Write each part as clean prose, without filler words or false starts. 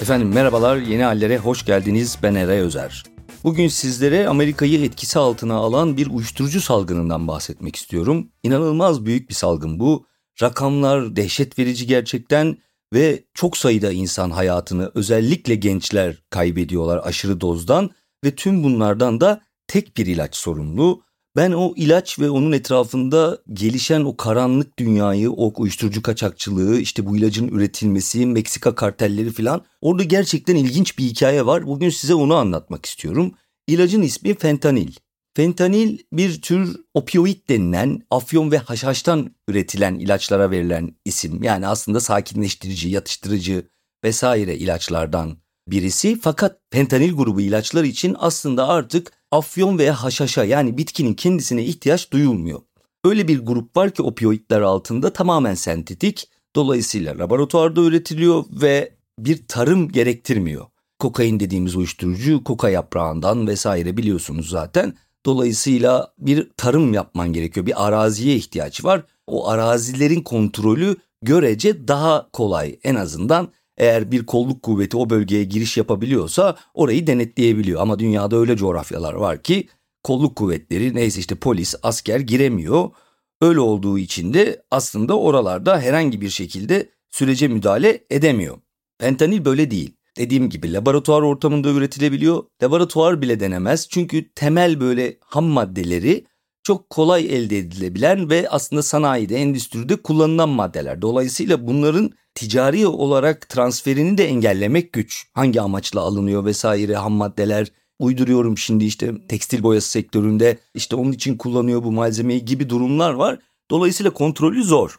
Efendim merhabalar, Yeni Hallere hoş geldiniz. Ben Eray Özer. Bugün sizlere Amerika'yı etkisi altına alan bir uyuşturucu salgınından bahsetmek istiyorum. İnanılmaz büyük bir salgın bu. Rakamlar dehşet verici gerçekten ve çok sayıda insan hayatını, özellikle gençler kaybediyorlar aşırı dozdan ve tüm bunlardan da tek bir ilaç sorumlu. Ben o ilaç ve onun etrafında gelişen o karanlık dünyayı, o uyuşturucu kaçakçılığı, işte bu ilacın üretilmesi, Meksika kartelleri falan, orada gerçekten ilginç bir hikaye var. Bugün size onu anlatmak istiyorum. İlacın ismi fentanil. Fentanil bir tür opioid denilen afyon ve haşhaştan üretilen ilaçlara verilen isim. Yani aslında sakinleştirici, yatıştırıcı vesaire ilaçlardan birisi. Fakat fentanil grubu ilaçlar için aslında artık afyon veya haşhaşa, yani bitkinin kendisine ihtiyaç duyulmuyor. Öyle bir grup var ki opioidler altında tamamen sentetik, dolayısıyla laboratuvarda üretiliyor ve bir tarım gerektirmiyor. Kokain dediğimiz uyuşturucu koka yaprağından vesaire biliyorsunuz zaten. Dolayısıyla bir tarım yapman gerekiyor, bir araziye ihtiyaç var. O arazilerin kontrolü görece daha kolay, en azından eğer bir kolluk kuvveti o bölgeye giriş yapabiliyorsa orayı denetleyebiliyor. Ama dünyada öyle coğrafyalar var ki kolluk kuvvetleri, neyse işte polis, asker giremiyor. Öyle olduğu için de aslında oralarda herhangi bir şekilde sürece müdahale edemiyor. Fentanil böyle değil. Dediğim gibi laboratuvar ortamında üretilebiliyor. Laboratuvar bile denemez çünkü temel böyle ham maddeleri çok kolay elde edilebilen ve aslında sanayide, endüstride kullanılan maddeler. Dolayısıyla bunların ticari olarak transferini de engellemek güç. Hangi amaçla alınıyor vesaire ham maddeler, uyduruyorum şimdi işte tekstil boyası sektöründe işte onun için kullanıyor bu malzemeyi gibi durumlar var. Dolayısıyla kontrolü zor.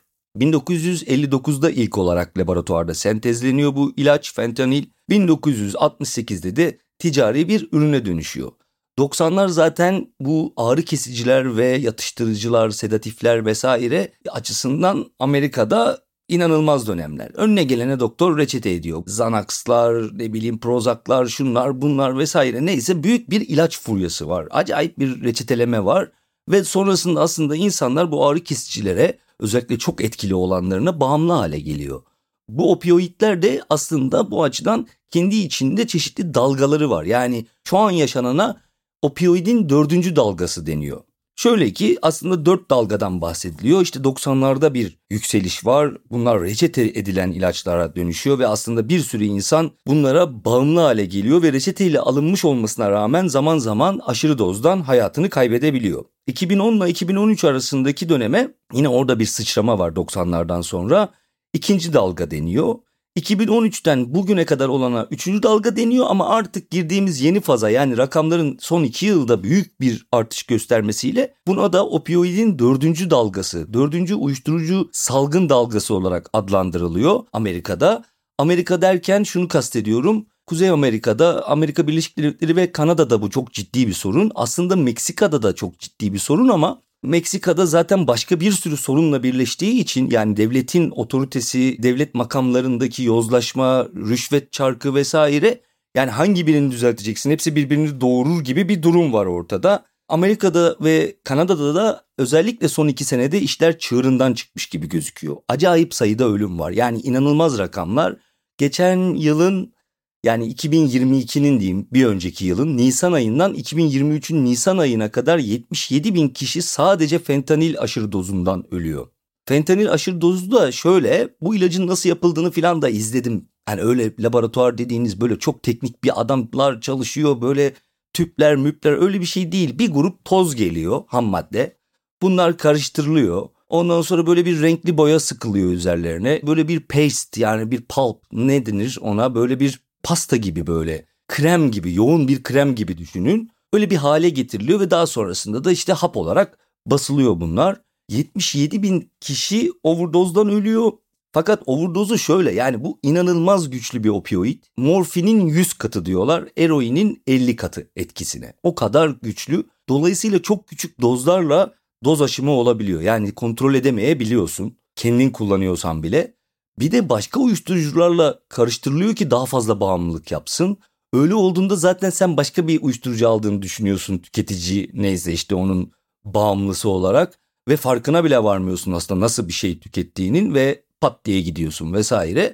1959'da ilk olarak laboratuvarda sentezleniyor bu ilaç fentanil. 1968'de de ticari bir ürüne dönüşüyor. 90'lar zaten bu ağrı kesiciler ve yatıştırıcılar, sedatifler vesaire açısından Amerika'da inanılmaz dönemler. Önüne gelene doktor reçete ediyor. Xanax'lar, Prozac'lar, şunlar bunlar vesaire, neyse büyük bir ilaç furyası var. Acayip bir reçeteleme var ve sonrasında aslında insanlar bu ağrı kesicilere, özellikle çok etkili olanlarına bağımlı hale geliyor. Bu opioidler de aslında bu açıdan kendi içinde çeşitli dalgaları var. Yani şu an yaşanana opioidin 4. dalgası deniyor. Şöyle ki aslında 4 dalgadan bahsediliyor. İşte 90'larda bir yükseliş var. Bunlar reçete edilen ilaçlara dönüşüyor ve aslında bir sürü insan bunlara bağımlı hale geliyor ve reçeteyle alınmış olmasına rağmen zaman zaman aşırı dozdan hayatını kaybedebiliyor. 2010 ile 2013 arasındaki döneme yine orada bir sıçrama var 90'lardan sonra. 2. dalga deniyor. 2013'ten bugüne kadar olana 3. dalga deniyor ama artık girdiğimiz yeni faza, yani rakamların son 2 yılda büyük bir artış göstermesiyle buna da opioidin 4. dalgası, 4. uyuşturucu salgın dalgası olarak adlandırılıyor Amerika'da. Amerika derken şunu kastediyorum. Kuzey Amerika'da, Amerika Birleşik Devletleri ve Kanada'da bu çok ciddi bir sorun. Aslında Meksika'da da çok ciddi bir sorun ama Meksika'da zaten başka bir sürü sorunla birleştiği için, yani devletin otoritesi, devlet makamlarındaki yozlaşma, rüşvet çarkı vesaire, yani hangi birini düzelteceksin, hepsi birbirini doğurur gibi bir durum var ortada. Amerika'da ve Kanada'da da özellikle son 2 senede işler çığırından çıkmış gibi gözüküyor. Acayip sayıda ölüm var, yani inanılmaz rakamlar. Geçen yılın, yani 2022'nin diyeyim, bir önceki yılın Nisan ayından 2023'ün Nisan ayına kadar 77 bin kişi sadece fentanil aşırı dozundan ölüyor. Fentanil aşırı dozu da şöyle, bu ilacın nasıl yapıldığını falan da izledim. Yani öyle laboratuvar dediğiniz böyle çok teknik bir adamlar çalışıyor, böyle tüpler müpler, öyle bir şey değil. Bir grup toz geliyor, ham madde. Bunlar karıştırılıyor. Ondan sonra böyle bir renkli boya sıkılıyor üzerlerine. Böyle bir paste, yani bir pulp, ne denir ona, böyle bir pasta gibi, böyle krem gibi, yoğun bir krem gibi düşünün. Öyle bir hale getiriliyor ve daha sonrasında da işte hap olarak basılıyor bunlar. 77 bin kişi overdose'dan ölüyor. Fakat overdose'u şöyle, yani bu inanılmaz güçlü bir opioid. Morfinin 100 katı diyorlar, eroinin 50 katı etkisine. O kadar güçlü. Dolayısıyla çok küçük dozlarla doz aşımı olabiliyor. Yani kontrol edemeyebiliyorsun, kendin kullanıyorsan bile. Bir de başka uyuşturucularla karıştırılıyor ki daha fazla bağımlılık yapsın. Öyle olduğunda zaten sen başka bir uyuşturucu aldığını düşünüyorsun, tüketici neyse işte onun bağımlısı olarak, ve farkına bile varmıyorsun aslında nasıl bir şey tükettiğinin ve pat diye gidiyorsun vesaire.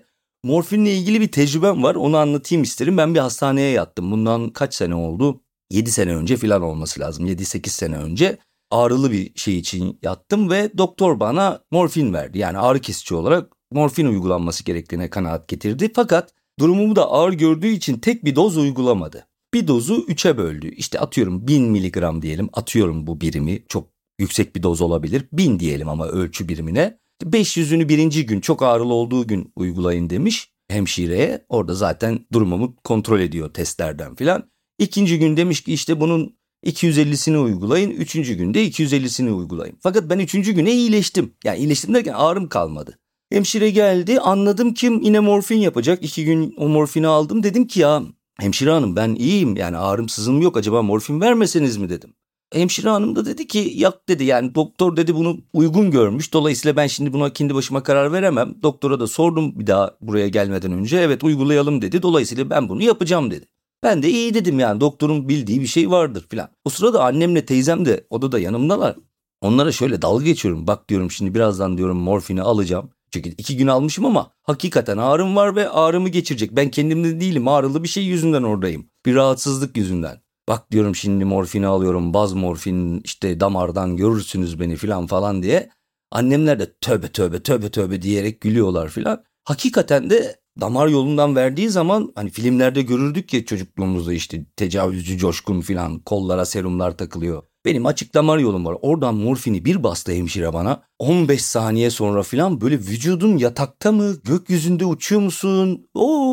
morfinle ilgili bir tecrübem var. Onu anlatayım isterim. Ben bir hastaneye yattım. Bundan kaç sene oldu? 7 sene önce falan olması lazım. 7-8 sene önce ağrılı bir şey için yattım ve doktor bana morfin verdi. Yani ağrı kesici olarak morfin uygulanması gerektiğine kanaat getirdi. Fakat durumumu da ağır gördüğü için tek bir doz uygulamadı. Bir dozu 3'e böldü. İşte atıyorum 1000 miligram diyelim. Atıyorum bu birimi. Çok yüksek bir doz olabilir. 1000 diyelim ama ölçü birimine. 500'ünü birinci gün çok ağrılı olduğu gün uygulayın demiş hemşireye. Orada zaten durumumu kontrol ediyor testlerden filan. İkinci gün demiş ki işte bunun 250'sini uygulayın. Üçüncü günde 250'sini uygulayın. Fakat ben üçüncü güne iyileştim. Yani iyileştim derken ağrım kalmadı. Hemşire geldi, anladım ki yine morfin yapacak. 2 gün o morfini aldım. Dedim ki ya hemşire hanım ben iyiyim, yani ağrım sızım yok, acaba morfin vermeseniz mi dedim. Hemşire hanım da dedi ki yak dedi, yani doktor dedi bunu uygun görmüş. Dolayısıyla ben şimdi buna kendi başıma karar veremem. Doktora da sordum bir daha buraya gelmeden önce, evet uygulayalım dedi. Dolayısıyla ben bunu yapacağım dedi. Ben de iyi dedim, yani doktorun bildiği bir şey vardır filan. O sırada annemle teyzem de odada yanımdalar. Onlara şöyle dalga geçiyorum. Bak diyorum şimdi birazdan diyorum morfini alacağım. Çünkü 2 gün almışım ama hakikaten ağrım var ve ağrımı geçirecek. Ben kendimde değilim, ağrılı bir şey yüzünden oradayım. Bir rahatsızlık yüzünden. Bak diyorum şimdi morfini alıyorum, baz morfin, işte damardan görürsünüz beni filan falan diye. Annemler de tövbe tövbe tövbe tövbe diyerek gülüyorlar filan. Hakikaten de damar yolundan verdiği zaman hani filmlerde görürdük ya çocukluğumuzda, işte tecavüzcü coşkun filan, kollara serumlar takılıyor. Benim açık damar yolum var. Oradan morfini bir bastı hemşire bana. 15 saniye sonra filan böyle vücudun yatakta mı, gökyüzünde uçuyor musun?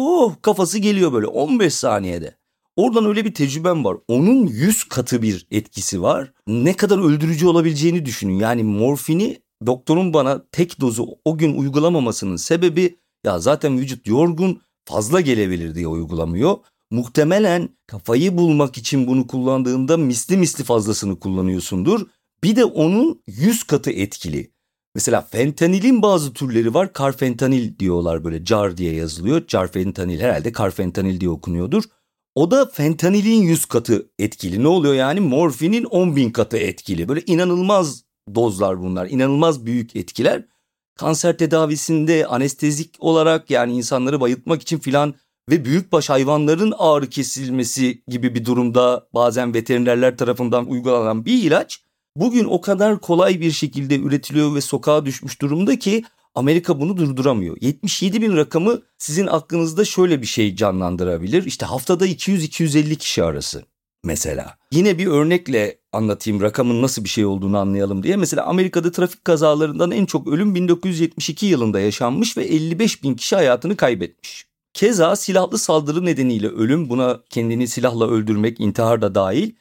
Kafası geliyor böyle 15 saniyede. Oradan öyle bir tecrübem var. Onun 100 katı bir etkisi var. Ne kadar öldürücü olabileceğini düşünün. Yani morfini doktorun bana tek dozu o gün uygulamamasının sebebi, ya zaten vücut yorgun, fazla gelebilir diye uygulamıyor. Muhtemelen kafayı bulmak için bunu kullandığında misli misli fazlasını kullanıyorsundur. Bir de onun 100 katı etkili. Mesela fentanilin bazı türleri var. Carfentanil diyorlar, böyle car diye yazılıyor. Carfentanil, herhalde carfentanil diye okunuyordur. O da fentanilin 100 katı etkili. Ne oluyor yani? Morfinin 10.000 katı etkili. Böyle inanılmaz dozlar bunlar. İnanılmaz büyük etkiler. Kanser tedavisinde anestezik olarak, yani insanları bayıltmak için filan ve büyükbaş hayvanların ağrı kesilmesi gibi bir durumda bazen veterinerler tarafından uygulanan bir ilaç bugün o kadar kolay bir şekilde üretiliyor ve sokağa düşmüş durumda ki Amerika bunu durduramıyor. 77 bin rakamı sizin aklınızda şöyle bir şey canlandırabilir. İşte haftada 200-250 kişi arası mesela. Yine bir örnekle anlatayım rakamın nasıl bir şey olduğunu anlayalım diye. Mesela Amerika'da trafik kazalarından en çok ölüm 1972 yılında yaşanmış ve 55 bin kişi hayatını kaybetmiş. Keza silahlı saldırı nedeniyle ölüm, buna kendini silahla öldürmek, intihar da dahil,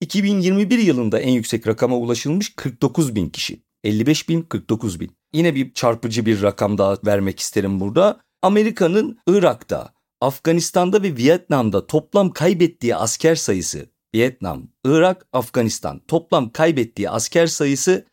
2021 yılında en yüksek rakama ulaşılmış 49 bin kişi. 55 bin, 49 bin. Yine bir çarpıcı bir rakam daha vermek isterim burada. Amerika'nın Irak'ta, Afganistan'da ve Vietnam'da toplam kaybettiği asker sayısı, Vietnam, Irak, Afganistan toplam kaybettiği asker sayısı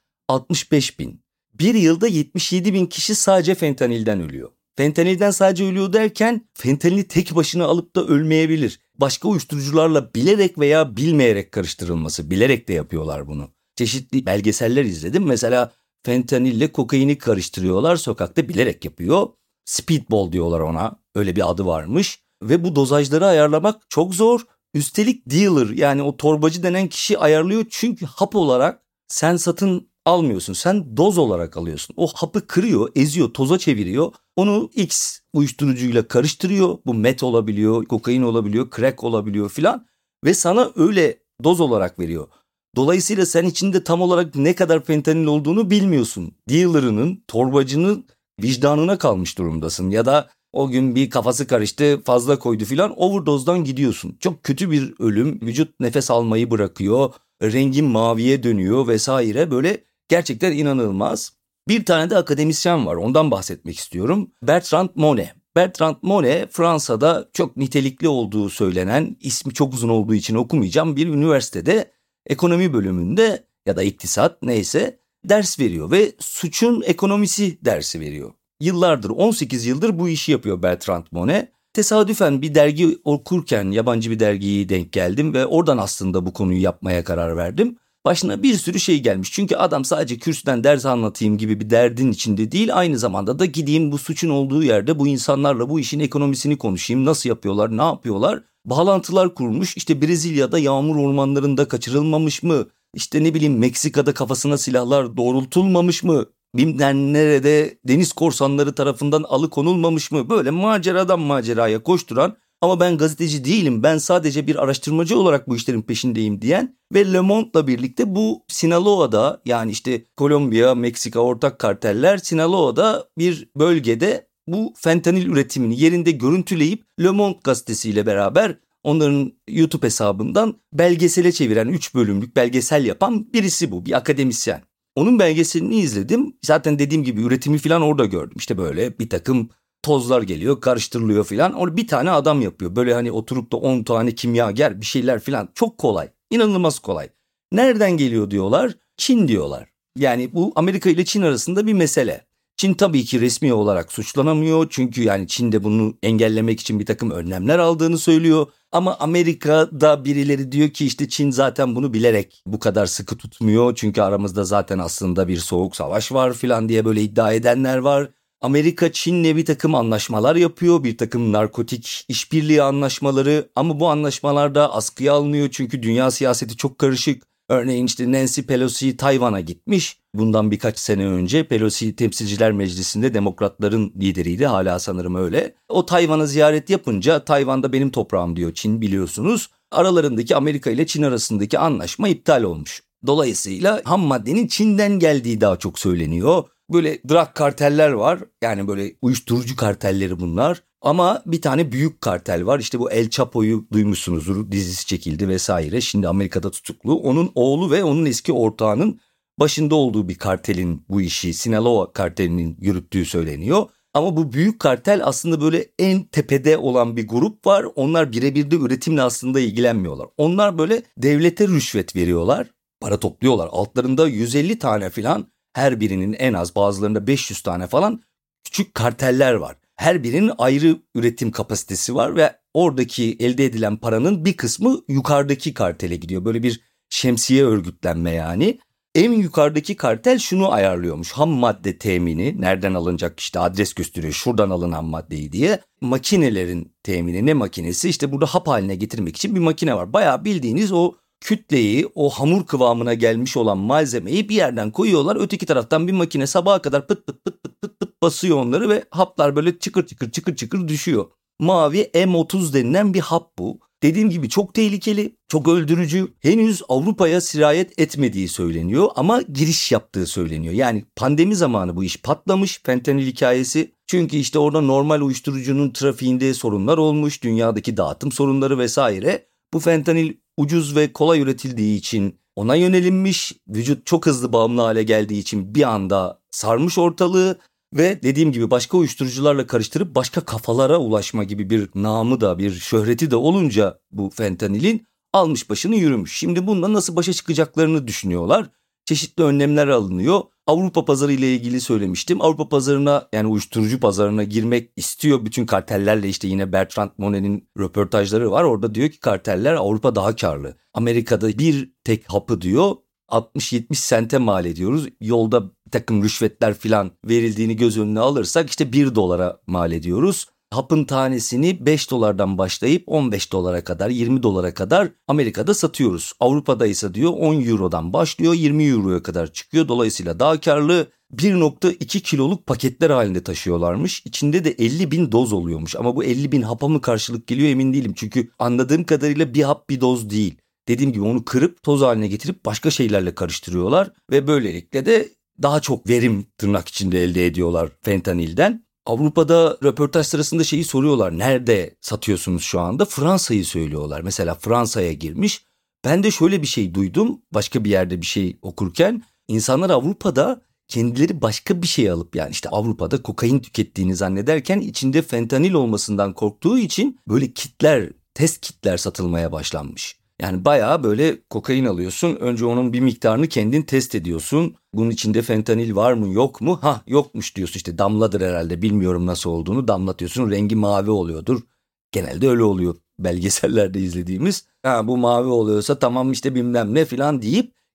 65 bin. Bir yılda 77 bin kişi sadece fentanilden ölüyor. Fentanilden sadece ölüyor derken fentanili tek başına alıp da ölmeyebilir. Başka uyuşturucularla bilerek veya bilmeyerek karıştırılması, bilerek de yapıyorlar bunu. Çeşitli belgeseller izledim. Mesela fentanille kokaini karıştırıyorlar, sokakta bilerek yapıyor. Speedball diyorlar ona, öyle bir adı varmış. Ve bu dozajları ayarlamak çok zor. Üstelik dealer, yani o torbacı denen kişi ayarlıyor. Çünkü hap olarak sen satın almıyorsun, sen doz olarak alıyorsun. O hapı kırıyor, eziyor, toza çeviriyor. Onu X uyuşturucuyla karıştırıyor. Bu met olabiliyor, kokain olabiliyor, crack olabiliyor filan. Ve sana öyle doz olarak veriyor. Dolayısıyla sen içinde tam olarak ne kadar fentanil olduğunu bilmiyorsun. Dealer'ının, torbacının vicdanına kalmış durumdasın. Ya da o gün bir kafası karıştı, fazla koydu filan, overdose'dan gidiyorsun. Çok kötü bir ölüm, vücut nefes almayı bırakıyor, rengin maviye dönüyor vesaire, böyle gerçekten inanılmaz. Bir tane de akademisyen var, ondan bahsetmek istiyorum. Bertrand Monet. Bertrand Monet Fransa'da çok nitelikli olduğu söylenen, ismi çok uzun olduğu için okumayacağım, bir üniversitede ekonomi bölümünde ya da iktisat neyse ders veriyor ve suçun ekonomisi dersi veriyor. Yıllardır, 18 yıldır bu işi yapıyor Bertrand Monet. Tesadüfen bir dergi okurken yabancı bir dergiyi denk geldim ve oradan aslında bu konuyu yapmaya karar verdim. Başına bir sürü şey gelmiş. Çünkü adam sadece kürsüden ders anlatayım gibi bir derdin içinde değil. Aynı zamanda da gideyim bu suçun olduğu yerde bu insanlarla bu işin ekonomisini konuşayım. Nasıl yapıyorlar, ne yapıyorlar? Bağlantılar kurmuş. İşte Brezilya'da yağmur ormanlarında kaçırılmamış mı? İşte ne bileyim Meksika'da kafasına silahlar doğrultulmamış mı? Bilmem nerede deniz korsanları tarafından alıkonulmamış mı? Böyle maceradan maceraya koşturan ama ben gazeteci değilim, ben sadece bir araştırmacı olarak bu işlerin peşindeyim diyen ve Le Monde'la birlikte bu Sinaloa'da, yani işte Kolombiya, Meksika ortak karteller Sinaloa'da bir bölgede bu fentanil üretimini yerinde görüntüleyip Le Monde gazetesiyle beraber onların YouTube hesabından belgesele çeviren 3 bölümlük belgesel yapan birisi bu, bir akademisyen. Onun belgeselini izledim. Zaten dediğim gibi üretimi falan orada gördüm. İşte böyle bir takım tozlar geliyor, karıştırılıyor falan. Onu bir tane adam yapıyor. Böyle hani oturup da 10 tane kimyager bir şeyler falan. Çok kolay. İnanılmaz kolay. Nereden geliyor diyorlar? Çin diyorlar. Yani bu Amerika ile Çin arasında bir mesele. Çin tabii ki resmi olarak suçlanamıyor. Çünkü yani Çin de bunu engellemek için bir takım önlemler aldığını söylüyor. Ama Amerika'da birileri diyor ki işte Çin zaten bunu bilerek bu kadar sıkı tutmuyor. Çünkü aramızda zaten aslında bir soğuk savaş var falan diye böyle iddia edenler var. Amerika Çin'le bir takım anlaşmalar yapıyor, bir takım narkotik işbirliği anlaşmaları, ama bu anlaşmalarda askıya alınıyor çünkü dünya siyaseti çok karışık. Örneğin işte Nancy Pelosi Tayvan'a gitmiş. Bundan birkaç sene önce Pelosi Temsilciler Meclisi'nde demokratların lideriydi, hala sanırım öyle. O Tayvan'a ziyaret yapınca Tayvan'da benim toprağım diyor Çin, biliyorsunuz. Aralarındaki Amerika ile Çin arasındaki anlaşma iptal olmuş. Dolayısıyla ham maddenin Çin'den geldiği daha çok söyleniyor. Böyle drug karteller var, yani böyle uyuşturucu kartelleri bunlar. Ama bir tane büyük kartel var, işte bu El Chapo'yu duymuşsunuzdur, dizisi çekildi vesaire, şimdi Amerika'da tutuklu. Onun oğlu ve onun eski ortağının başında olduğu bir kartelin bu işi, Sinaloa kartelinin yürüttüğü söyleniyor. Ama bu büyük kartel aslında böyle en tepede olan bir grup var. Onlar birebir de üretimle aslında ilgilenmiyorlar. Onlar böyle devlete rüşvet veriyorlar, para topluyorlar. Altlarında 150 tane falan, her birinin en az, bazılarında 500 tane falan küçük karteller var. Her birinin ayrı üretim kapasitesi var ve oradaki elde edilen paranın bir kısmı yukarıdaki kartele gidiyor. Böyle bir şemsiye örgütlenme yani. En yukarıdaki kartel şunu ayarlıyormuş: ham madde temini nereden alınacak, işte adres gösteriyor, şuradan alın ham maddeyi diye. Makinelerin temini, ne makinesi? İşte burada hap haline getirmek için bir makine var. Bayağı bildiğiniz o kütleyi, o hamur kıvamına gelmiş olan malzemeyi bir yerden koyuyorlar. Öteki taraftan bir makine sabaha kadar pıt pıt pıt pıt pıt pıt basıyor onları ve haplar böyle çıkır çıkır çıkır çıkır düşüyor. Mavi M30 denilen bir hap bu. Dediğim gibi çok tehlikeli, çok öldürücü. Henüz Avrupa'ya sirayet etmediği söyleniyor ama giriş yaptığı söyleniyor. Yani pandemi zamanı bu iş patlamış, fentanil hikayesi. Çünkü işte orada normal uyuşturucunun trafiğinde sorunlar olmuş, dünyadaki dağıtım sorunları vesaire. Bu fentanil ucuz ve kolay üretildiği için ona yönelinmiş, vücut çok hızlı bağımlı hale geldiği için bir anda sarmış ortalığı ve dediğim gibi başka uyuşturucularla karıştırıp başka kafalara ulaşma gibi bir namı da, bir şöhreti de olunca bu fentanilin almış başını yürümüş. Şimdi bununla nasıl başa çıkacaklarını düşünüyorlar. Çeşitli önlemler alınıyor. Avrupa pazarı ile ilgili söylemiştim. Avrupa pazarına, yani uyuşturucu pazarına girmek istiyor bütün kartellerle. İşte yine Bertrand Monet'in röportajları var. Orada diyor ki karteller Avrupa daha karlı. Amerika'da bir tek hapı diyor 60-70 sente mal ediyoruz. Yolda bir takım rüşvetler falan verildiğini göz önüne alırsak işte 1 dolara mal ediyoruz. Hapın tanesini 5 dolardan başlayıp 15 dolara kadar, 20 dolara kadar Amerika'da satıyoruz. Avrupa'da ise diyor 10 eurodan başlıyor, 20 euroya kadar çıkıyor. Dolayısıyla daha karlı. 1,2 kiloluk paketler halinde taşıyorlarmış. İçinde de 50.000 doz oluyormuş. Ama bu 50.000 hapa mı karşılık geliyor emin değilim. Çünkü anladığım kadarıyla bir hap bir doz değil. Dediğim gibi onu kırıp toz haline getirip başka şeylerle karıştırıyorlar. Ve böylelikle de daha çok verim tırnak içinde elde ediyorlar fentanilden. Avrupa'da röportaj sırasında şeyi soruyorlar: nerede satıyorsunuz şu anda? Fransa'yı söylüyorlar. Mesela Fransa'ya girmiş. Ben de şöyle bir şey duydum başka bir yerde bir şey okurken. İnsanlar Avrupa'da kendileri başka bir şey alıp, yani işte Avrupa'da kokain tükettiğini zannederken içinde fentanil olmasından korktuğu için böyle kitler, test kitler satılmaya başlanmış. Yani bayağı böyle kokain alıyorsun. Önce onun bir miktarını kendin test ediyorsun. Bunun içinde fentanil var mı yok mu? Yokmuş diyorsun, işte damladır herhalde, bilmiyorum nasıl olduğunu. Damlatıyorsun, rengi mavi oluyordur. Genelde öyle oluyor belgesellerde izlediğimiz. Bu mavi oluyorsa tamam işte bilmem ne falan deyip,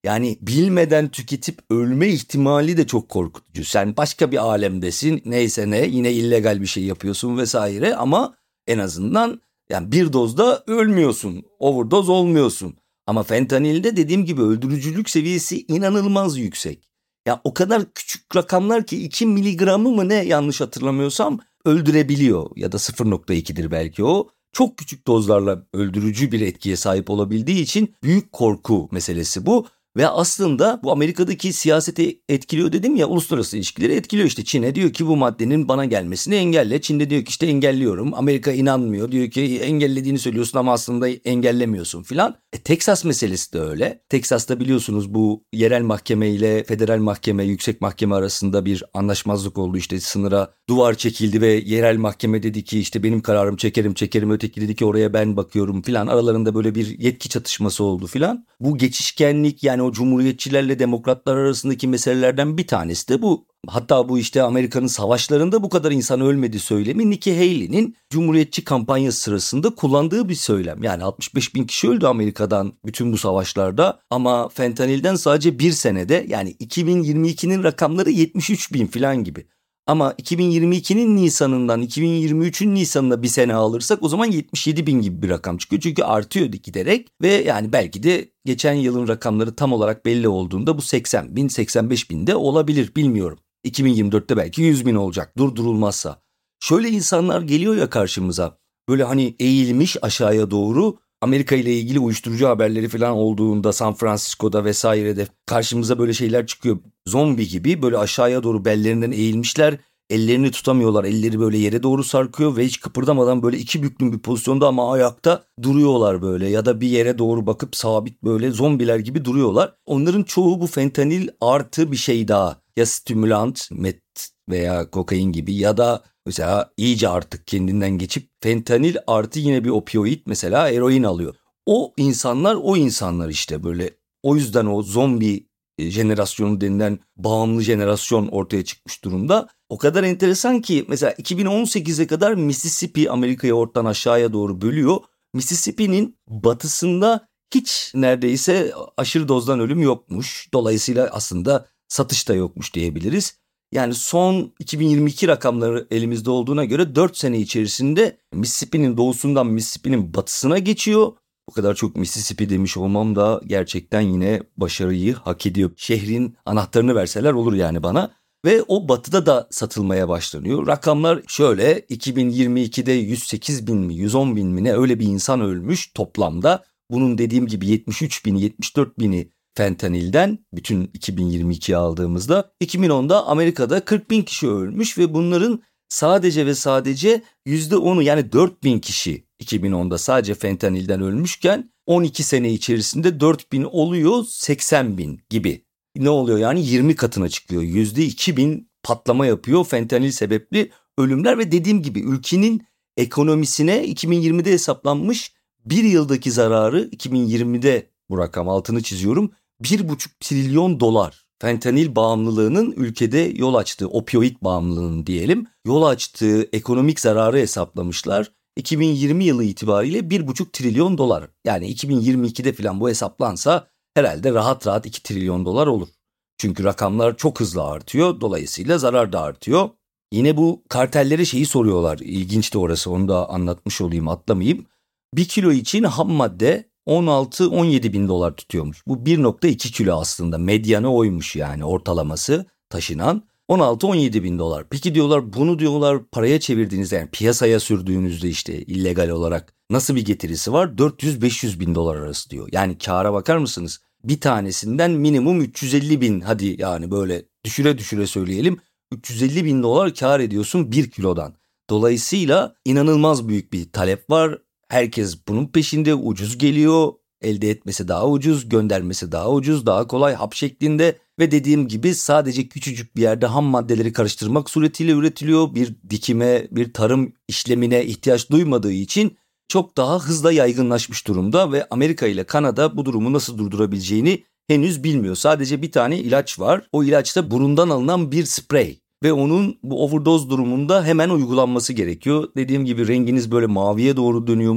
Yani bilmeden tüketip ölme ihtimali de çok korkutucu. Sen başka bir alemdesin, neyse ne, yine illegal bir şey yapıyorsun vesaire ama en azından yani bir dozda ölmüyorsun, overdose olmuyorsun. Ama fentanilde dediğim gibi öldürücülük seviyesi inanılmaz yüksek. Ya o kadar küçük rakamlar ki 2 miligramı mı ne, yanlış hatırlamıyorsam, öldürebiliyor ya da 0,2'dir belki o. Çok küçük dozlarla öldürücü bir etkiye sahip olabildiği için büyük korku meselesi bu. Ve aslında bu Amerika'daki siyaseti etkiliyor dedim ya, uluslararası ilişkileri etkiliyor işte. Çin'e diyor ki bu maddenin bana gelmesini engelle. Çin de diyor ki işte engelliyorum. Amerika inanmıyor. Diyor ki engellediğini söylüyorsun ama aslında engellemiyorsun filan. Texas meselesi de öyle. Texas'ta biliyorsunuz bu yerel mahkeme ile federal mahkeme, yüksek mahkeme arasında bir anlaşmazlık oldu. İşte sınıra duvar çekildi ve yerel mahkeme dedi ki işte benim kararım, çekerim. Öteki dedi ki oraya ben bakıyorum filan. Aralarında böyle bir yetki çatışması oldu filan. Bu geçişkenlik, yani o cumhuriyetçilerle demokratlar arasındaki meselelerden bir tanesi de bu. Hatta bu işte Amerika'nın savaşlarında bu kadar insan ölmedi söylemi Nikki Haley'nin cumhuriyetçi kampanyası sırasında kullandığı bir söylem. Yani 65 bin kişi öldü Amerika'dan bütün bu savaşlarda ama fentanilden sadece bir senede, yani 2022'nin rakamları 73 bin falan gibi. Ama 2022'nin Nisan'ından 2023'ün Nisan'ına bir sene alırsak o zaman 77 bin gibi bir rakam çıkıyor. Çünkü artıyor giderek ve yani belki de geçen yılın rakamları tam olarak belli olduğunda bu 80 bin 85 bin de olabilir, bilmiyorum. 2024'te belki 100 bin olacak durdurulmazsa. Şöyle insanlar geliyor ya karşımıza, böyle hani eğilmiş aşağıya doğru, Amerika ile ilgili uyuşturucu haberleri falan olduğunda San Francisco'da vesairede karşımıza böyle şeyler çıkıyor. Zombi gibi böyle aşağıya doğru bellerinden eğilmişler, ellerini tutamıyorlar, elleri böyle yere doğru sarkıyor ve hiç kıpırdamadan böyle iki büklüm bir pozisyonda ama ayakta duruyorlar böyle, ya da bir yere doğru bakıp sabit böyle zombiler gibi duruyorlar. Onların çoğu bu fentanil artı bir şey daha, ya stimülant, met veya kokain gibi, ya da mesela iyice artık kendinden geçip fentanil artı yine bir opioid, mesela eroin alıyor. O insanlar işte böyle, o yüzden o zombi jenerasyonu denilen bağımlı jenerasyon ortaya çıkmış durumda. O kadar enteresan ki mesela 2018'e kadar Mississippi Amerika'yı ortadan aşağıya doğru bölüyor. Mississippi'nin batısında hiç neredeyse aşırı dozdan ölüm yokmuş. Dolayısıyla aslında satış da yokmuş diyebiliriz. Yani son 2022 rakamları elimizde olduğuna göre 4 sene içerisinde Mississippi'nin doğusundan Mississippi'nin batısına geçiyor. Bu kadar çok Mississippi demiş olmam da gerçekten yine başarıyı hak ediyor. Şehrin anahtarını verseler olur yani bana. Ve o batıda da satılmaya başlanıyor. Rakamlar şöyle: 2022'de 108 bin mi 110 bin mi ne, öyle bir insan ölmüş toplamda. Bunun dediğim gibi 73 bini 74 bini fentanilden, bütün 2022'yi aldığımızda. 2010'da Amerika'da 40 bin kişi ölmüş ve bunların sadece ve sadece %10'u, yani 4 bin kişi 2010'da sadece fentanilden ölmüşken 12 sene içerisinde 4 bin oluyor 80 bin gibi. Ne oluyor yani, 20 katına çıkıyor. %2000 patlama yapıyor fentanil sebepli ölümler ve dediğim gibi ülkenin ekonomisine 2020'de hesaplanmış bir yıldaki zararı, 2020'de bu rakam, altını çiziyorum, 1,5 trilyon dolar. Fentanil bağımlılığının ülkede yol açtığı, opioid bağımlılığının diyelim, yol açtığı ekonomik zararı hesaplamışlar. 2020 yılı itibariyle 1,5 trilyon dolar. Yani 2022'de falan bu hesaplansa herhalde rahat rahat 2 trilyon dolar olur. Çünkü rakamlar çok hızlı artıyor, dolayısıyla zarar da artıyor. Yine bu kartellere şeyi soruyorlar, İlginç de orası, onu da anlatmış olayım, atlamayayım. 1 kilo için ham madde 16-17 bin dolar tutuyormuş. Bu 1,2 kilo aslında, medyanı oymuş yani, ortalaması taşınan 16-17 bin dolar. Peki diyorlar, bunu diyorlar paraya çevirdiğinizde, yani piyasaya sürdüğünüzde işte illegal olarak nasıl bir getirisi var? 400-500 bin dolar arası diyor. Yani kâra bakar mısınız? Bir tanesinden minimum 350 bin, hadi yani böyle düşüre söyleyelim, 350 bin dolar kâr ediyorsun 1 kilodan. Dolayısıyla inanılmaz büyük bir talep var. Herkes bunun peşinde, ucuz geliyor. Elde etmesi daha ucuz, göndermesi daha ucuz, daha kolay, hap şeklinde ve dediğim gibi sadece küçücük bir yerde ham maddeleri karıştırmak suretiyle üretiliyor. Bir dikime, bir tarım işlemine ihtiyaç duymadığı için çok daha hızla yaygınlaşmış durumda ve Amerika ile Kanada bu durumu nasıl durdurabileceğini henüz bilmiyor. Sadece bir tane ilaç var. O ilaç da burundan alınan bir sprey ve onun bu overdose durumunda hemen uygulanması gerekiyor. Dediğim gibi renginiz böyle maviye doğru dönüyormuş.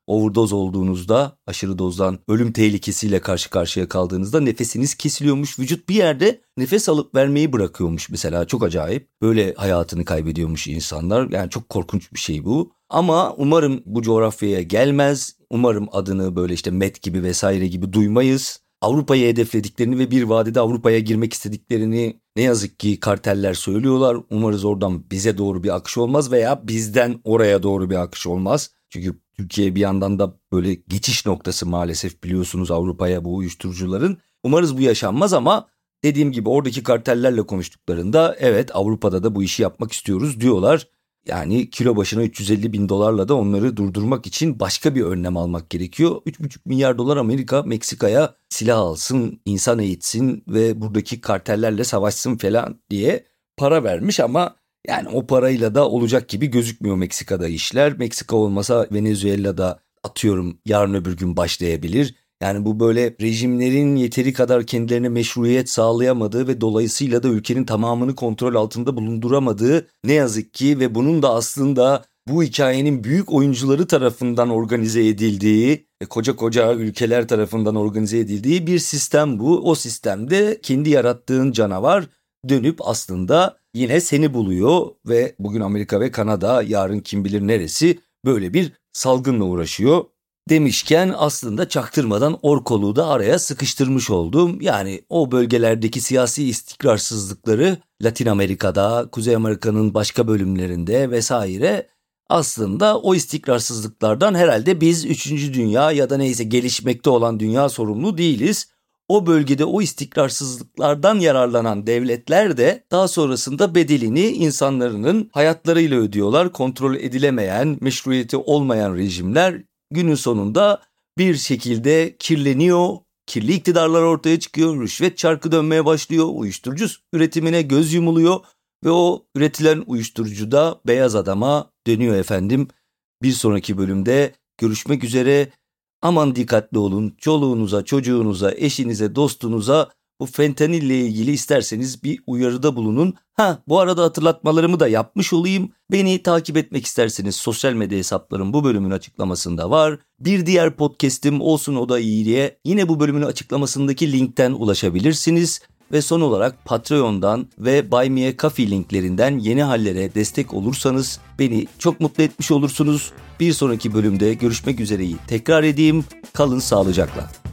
overdose olduğunuzda, aşırı dozdan ölüm tehlikesiyle karşı karşıya kaldığınızda nefesiniz kesiliyormuş. Vücut bir yerde nefes alıp vermeyi bırakıyormuş mesela, çok acayip. Böyle hayatını kaybediyormuş insanlar. Yani çok korkunç bir şey bu. Ama umarım bu coğrafyaya gelmez. Umarım adını böyle işte Met gibi vesaire gibi duymayız. Avrupa'yı hedeflediklerini ve bir vadede Avrupa'ya girmek istediklerini ne yazık ki karteller söylüyorlar. Umarız oradan bize doğru bir akış olmaz veya bizden oraya doğru bir akış olmaz. Çünkü Türkiye bir yandan da böyle geçiş noktası maalesef, biliyorsunuz, Avrupa'ya bu uyuşturucuların. Umarız bu yaşanmaz ama dediğim gibi oradaki kartellerle konuştuklarında evet Avrupa'da da bu işi yapmak istiyoruz diyorlar. Yani kilo başına $350.000 da onları durdurmak için başka bir önlem almak gerekiyor. $3,5 milyar Amerika Meksika'ya silah alsın, insan eğitsin ve buradaki kartellerle savaşsın falan diye para vermiş ama yani o parayla da olacak gibi gözükmüyor Meksika'da işler. Meksika olmasa Venezuela'da atıyorum yarın öbür gün başlayabilir. Yani bu böyle rejimlerin yeteri kadar kendilerine meşruiyet sağlayamadığı ve dolayısıyla da ülkenin tamamını kontrol altında bulunduramadığı ne yazık ki ve bunun da aslında bu hikayenin büyük oyuncuları tarafından organize edildiği ve koca koca ülkeler tarafından organize edildiği bir sistem bu. O sistemde kendi yarattığın canavar dönüp aslında yine seni buluyor ve bugün Amerika ve Kanada, yarın kim bilir neresi böyle bir salgınla uğraşıyor. Demişken aslında çaktırmadan Orkol'u da araya sıkıştırmış oldum. Yani o bölgelerdeki siyasi istikrarsızlıkları Latin Amerika'da, Kuzey Amerika'nın başka bölümlerinde vesaire, aslında o istikrarsızlıklardan herhalde biz 3. dünya ya da neyse gelişmekte olan dünya sorumlu değiliz. O bölgede o istikrarsızlıklardan yararlanan devletler de daha sonrasında bedelini insanların hayatlarıyla ödüyorlar. Kontrol edilemeyen, meşruiyeti olmayan rejimler günün sonunda bir şekilde kirleniyor, kirli iktidarlar ortaya çıkıyor, rüşvet çarkı dönmeye başlıyor, uyuşturucu üretimine göz yumuluyor ve o üretilen uyuşturucu da beyaz adama dönüyor efendim. Bir sonraki bölümde görüşmek üzere. Aman dikkatli olun, çoluğunuza, çocuğunuza, eşinize, dostunuza bu fentanille ilgili isterseniz bir uyarıda bulunun. Bu arada hatırlatmalarımı da yapmış olayım. Beni takip etmek isterseniz sosyal medya hesaplarım bu bölümün açıklamasında var. Bir diğer podcast'im Olsun O Da İyi diye yine bu bölümün açıklamasındaki linkten ulaşabilirsiniz. Ve son olarak Patreon'dan ve Buy Me a Coffee linklerinden Yeni Hallere destek olursanız beni çok mutlu etmiş olursunuz. Bir sonraki bölümde görüşmek üzereyi tekrar edeyim. Kalın sağlıcakla.